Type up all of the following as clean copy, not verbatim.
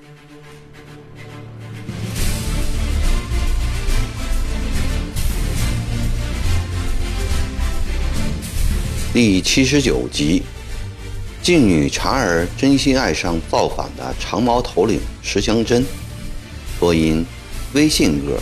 第79集，妓女婵儿真心爱上造反的长毛头领石香珍。播音：微信哥。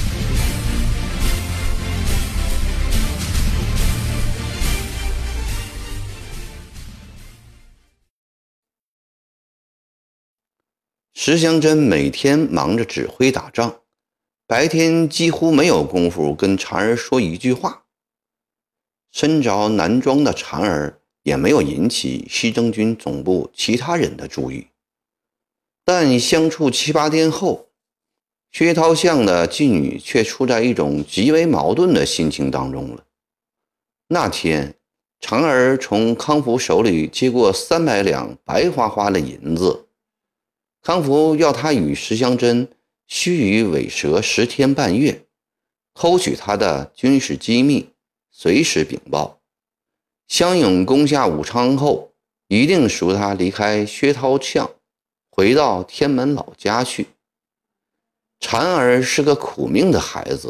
石香珍每天忙着指挥打仗，白天几乎没有功夫跟婵儿说一句话。身着男装的婵儿也没有引起西征军总部其他人的注意，但相处7、8天后，薛涛巷的妓女却处在一种极为矛盾的心情当中了。那天，婵儿从康福手里接过300两白花花的银子，康福要他与石香珍须臾尾蛇10天半月，偷取他的军事机密，随时禀报。湘勇攻下武昌后，一定赎他离开薛涛巷，回到天门老家去。婵儿是个苦命的孩子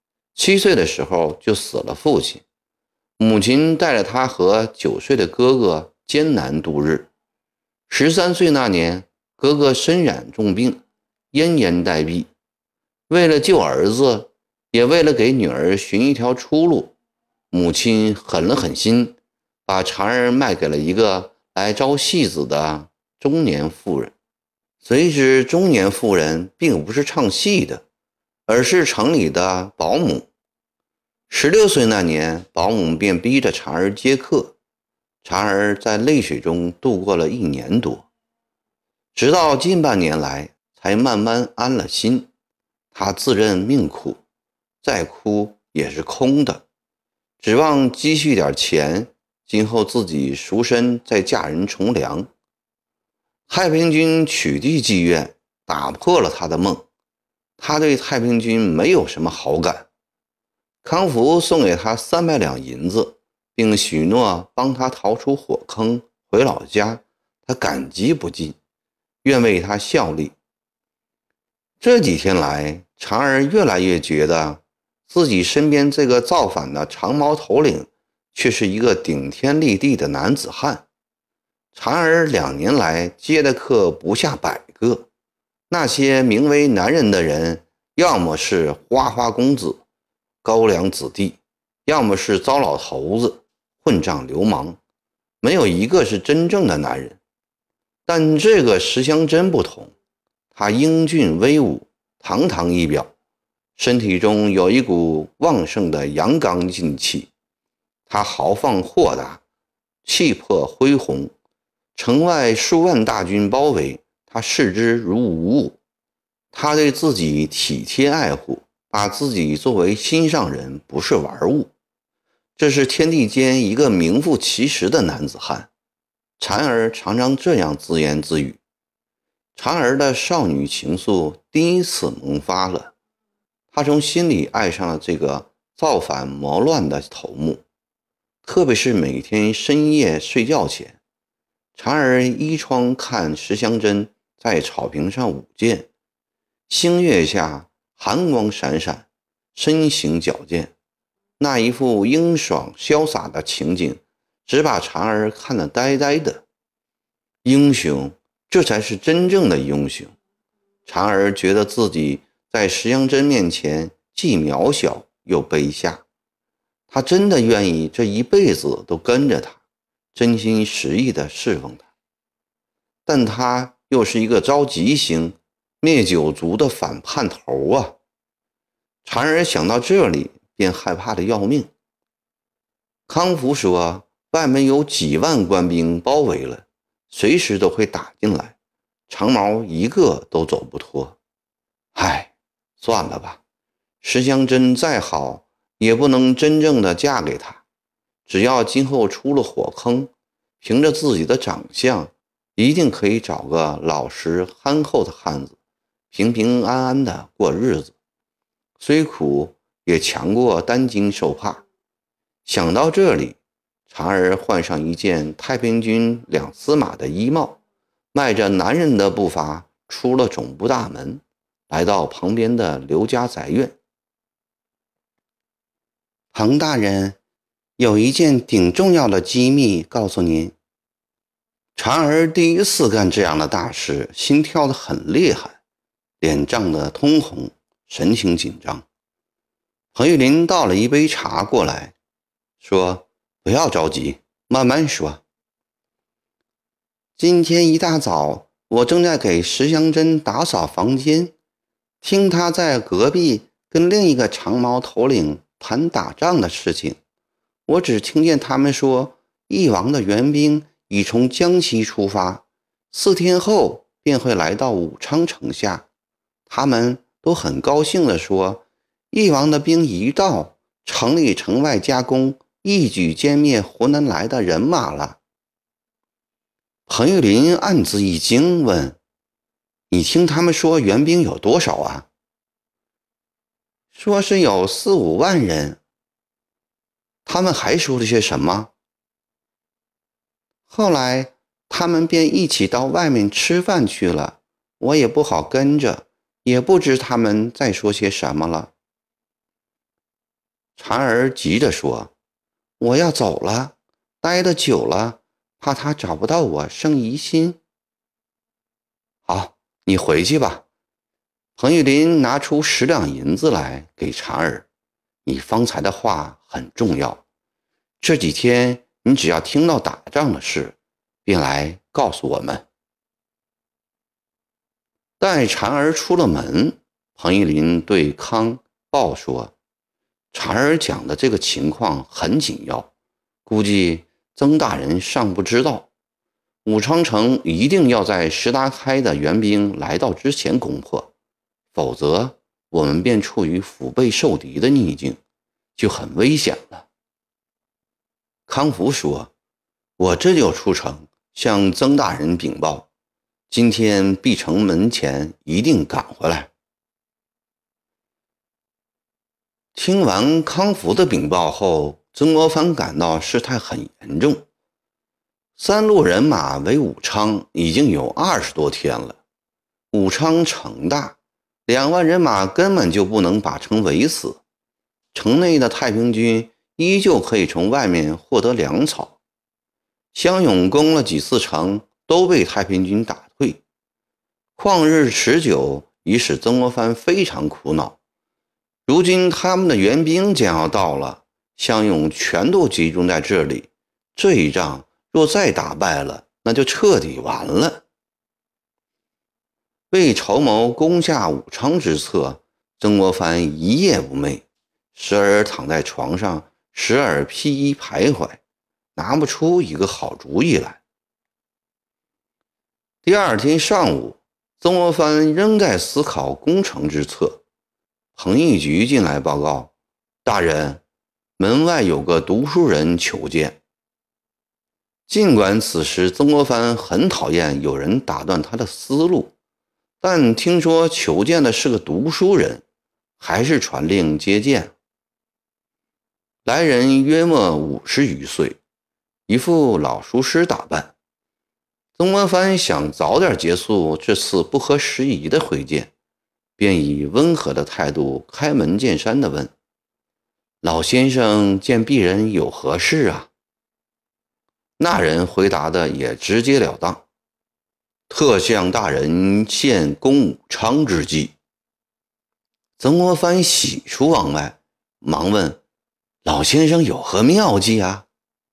，7岁的时候就死了父亲，母亲带着他和9岁的哥哥艰难度日。13岁那年，哥哥身染重病，奄奄待毙。为了救儿子，也为了给女儿寻一条出路，母亲狠了狠心，把婵儿卖给了一个来招戏子的中年妇人。谁知中年妇人并不是唱戏的，而是城里的保姆。16岁那年，保姆便逼着婵儿接客，婵儿在泪水中度过了1年多，直到近半年来才慢慢安了心。她自认命苦，再哭也是空的，指望积蓄点钱，今后自己赎身再嫁人从良。太平军取缔妓院，打破了他的梦。他对太平军没有什么好感。康福送给他300两银子，并许诺帮他逃出火坑回老家，他感激不尽，愿为他效力。这几天来，婵儿越来越觉得自己身边这个造反的长毛头领却是一个顶天立地的男子汉。婵儿2年来接的客不下100个，那些名为男人的人，要么是花花公子、高粱子弟，要么是糟老头子、混账流氓，没有一个是真正的男人。但这个石香珍不同，他英俊威武，堂堂一表，身体中有一股旺盛的阳刚劲气。他豪放豁达，气魄恢宏，城外数万大军包围，他视之如无物。他对自己体贴爱护，把自己作为心上人，不是玩物。这是天地间一个名副其实的男子汉。婵儿常常这样自言自语。婵儿的少女情愫第一次萌发了，她从心里爱上了这个造反谋乱的头目。特别是每天深夜睡觉前，婵儿依窗看石香珍在草坪上舞剑，星月下寒光闪闪，身形矫健，那一副英爽潇洒的情景，只把婵儿看得呆呆的。英雄，这才是真正的英雄。婵儿觉得自己在石香珍面前既渺小又卑下，他真的愿意这一辈子都跟着他，真心实意地侍奉他。但他又是一个着急星，灭九族的反叛头啊！婵儿想到这里，便害怕得要命。康福说，外面有几万官兵包围了，随时都会打进来，长毛一个都走不脱。唉，算了吧，石香珍再好也不能真正的嫁给他。只要今后出了火坑，凭着自己的长相，一定可以找个老实憨厚的汉子，平平安安的过日子，虽苦也强过担惊受怕。想到这里，婵儿换上一件太平军2司马的衣帽，迈着男人的步伐出了总部大门，来到旁边的刘家宅院。 彭大人，有一件顶重要的机密告诉您。 婵儿第一次干这样的大事，心跳得很厉害，脸涨得通红，神情紧张。彭玉林倒了一杯茶过来，说：“不要着急，慢慢说。” 今天一大早，我正在给石香珍打扫房间，听她在隔壁跟另一个长毛头领谈打仗的事情。我只听见他们说，翼王的援兵已从江西出发，4天后便会来到武昌城下。他们都很高兴地说，翼王的兵一到，城里城外夹攻，一举歼灭湖南来的人马了。 彭玉林暗自一惊，问：“你听他们说援兵有多少啊？” 说是有4、5万人。 他们还说了些什么？ 后来他们便一起到外面吃饭去了，我也不好跟着，也不知他们在说些什么了。 婵儿急着说：“ 我要走了，待得久了，怕他找不到我生疑心。” 好，你回去吧。彭玉林拿出10两银子来给婵儿，你方才的话很重要，这几天你只要听到打仗的事，便来告诉我们。待婵儿出了门，彭玉林对康豹说：“婵儿讲的这个情况很紧要，估计曾大人尚不知道。武昌城一定要在石达开的援兵来到之前攻破，否则我们便处于腹背受敌的逆境，就很危险了。”康福说：“我这就出城向曾大人禀报，今天闭城门前一定赶回来。”听完康福的禀报后，曾国藩感到事态很严重。3路人马围武昌已经有20多天了，武昌城大，2万人马根本就不能把城围死。城内的太平军依旧可以从外面获得粮草。湘勇攻了几次城，都被太平军打退。旷日持久，已使曾国藩非常苦恼。如今他们的援兵将要到了，湘勇全都集中在这里，这一仗若再打败了，那就彻底完了。为筹谋攻下武昌之策，曾国藩一夜不寐，时而躺在床上，时而披衣徘徊，拿不出一个好主意来。第2天上午，曾国藩仍在思考攻城之策。彭义举进来报告：“大人，门外有个读书人求见。”尽管此时曾国藩很讨厌有人打断他的思路，但听说求见的是个读书人，还是传令接见。来人约莫50余岁，一副老书师打扮。曾国藩想早点结束这次不合时宜的会见，便以温和的态度开门见山地问：“老先生见鄙人有何事啊？”那人回答的也直截了当：“特向大人献攻武昌之计。”曾国藩喜出望外，忙问：“老先生有何妙计啊？”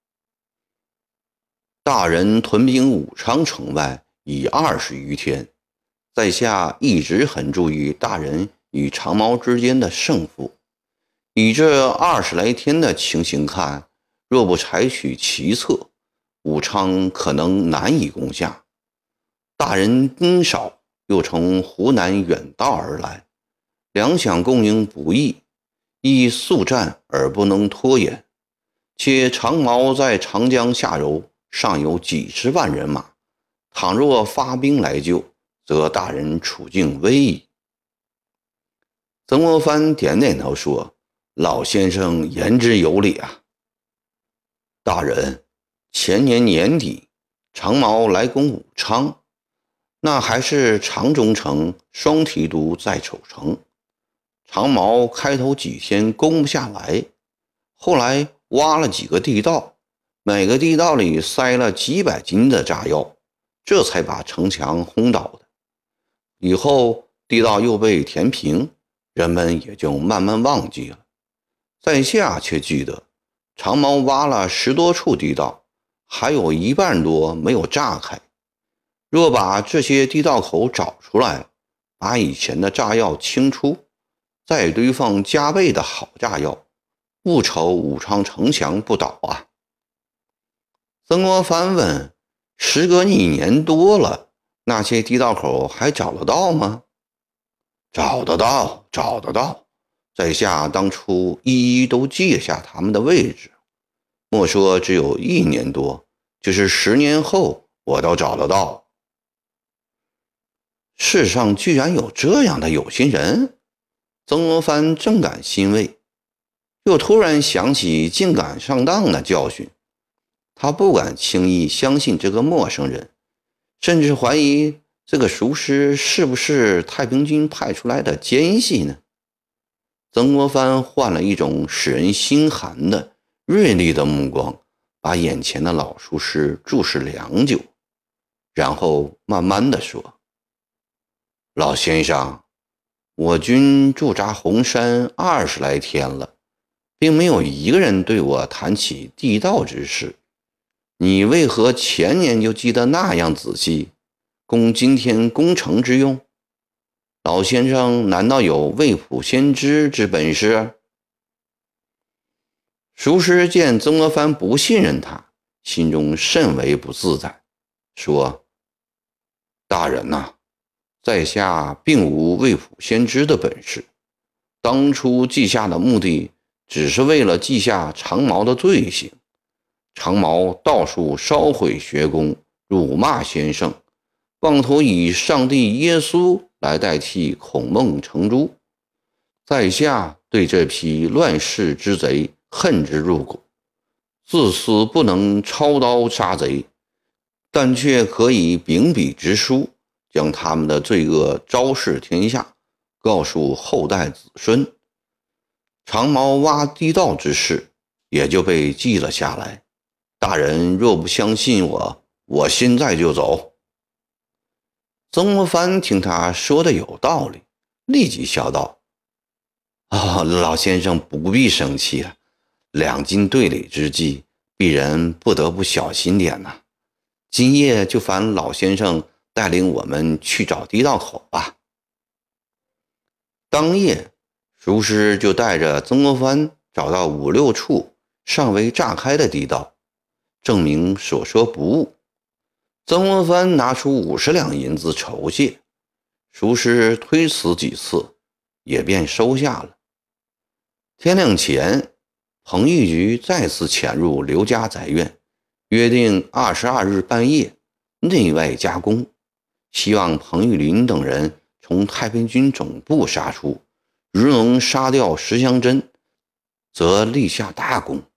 大人屯兵武昌城外已20余天，在下一直很注意大人与长毛之间的胜负。以这20来天的情形看，若不采取奇策，武昌可能难以攻下。大人兵少，又从湖南远道而来，粮饷供应不易，宜速战而不能拖延。且长毛在长江下游尚有几十万人马，倘若发兵来救，则大人处境危矣。曾国藩点点头说：“老先生言之有理啊。大人，前年年底长毛来攻武昌， 那还是长中城双提督在守城，长毛开头几天攻不下来，后来挖了几个地道，每个地道里塞了几百斤的炸药，这才把城墙轰倒的。以后地道又被填平，人们也就慢慢忘记了。在下却记得长毛挖了10多处地道，还有1半多没有炸开。若把这些地道口找出来，把以前的炸药清出，再堆放加倍的好炸药，不愁武昌城墙不倒啊。曾国藩问：时隔1年多了，那些地道口还找得到吗？找得到，找得到。在下当初一一都记下他们的位置，莫说只有1年多，就是10年后我都找得到。世上居然有这样的有心人，曾国藩正感欣慰，又突然想起竟敢上当的教训。他不敢轻易相信这个陌生人，甚至怀疑这个熟师是不是太平军派出来的奸细呢？曾国藩换了一种使人心寒的锐利的目光，把眼前的老术士注视良久，然后慢慢地说：老先生，我军驻扎红山20来天了，并没有一个人对我谈起地道之事，你为何前年就记得那样仔细，供今天攻城之用？老先生难道有未卜先知之本事？熟师见曾国藩不信任他，心中甚为不自在，说：大人呐，在下并无未卜先知的本事，当初记下的目的只是为了记下长毛的罪行。长毛到处烧毁学宫，辱骂先生，妄图以上帝耶稣来代替孔孟程朱。在下对这批乱世之贼恨之入骨，自私不能操刀杀贼，但却可以秉笔直书，将他们的罪恶昭示天下，告诉后代子孙。长毛挖地道之事也就被记了下来。大人若不相信我，我现在就走。曾国藩听他说的有道理，立即笑道：老先生不必生气了，两晋对垒之际，鄙人不得不小心点呐。今夜就烦老先生带领我们去找地道口吧。当夜，熟师就带着曾国藩找到5、6处尚未炸开的地道，证明所说不误。曾国藩拿出50两银子酬谢，熟师推辞几次，也便收下了。天亮前，彭玉菊再次潜入刘家宅院，约定22日半夜内外夹攻，希望彭玉麟等人从太平军总部杀出，如能杀掉石祥珍，则立下大功。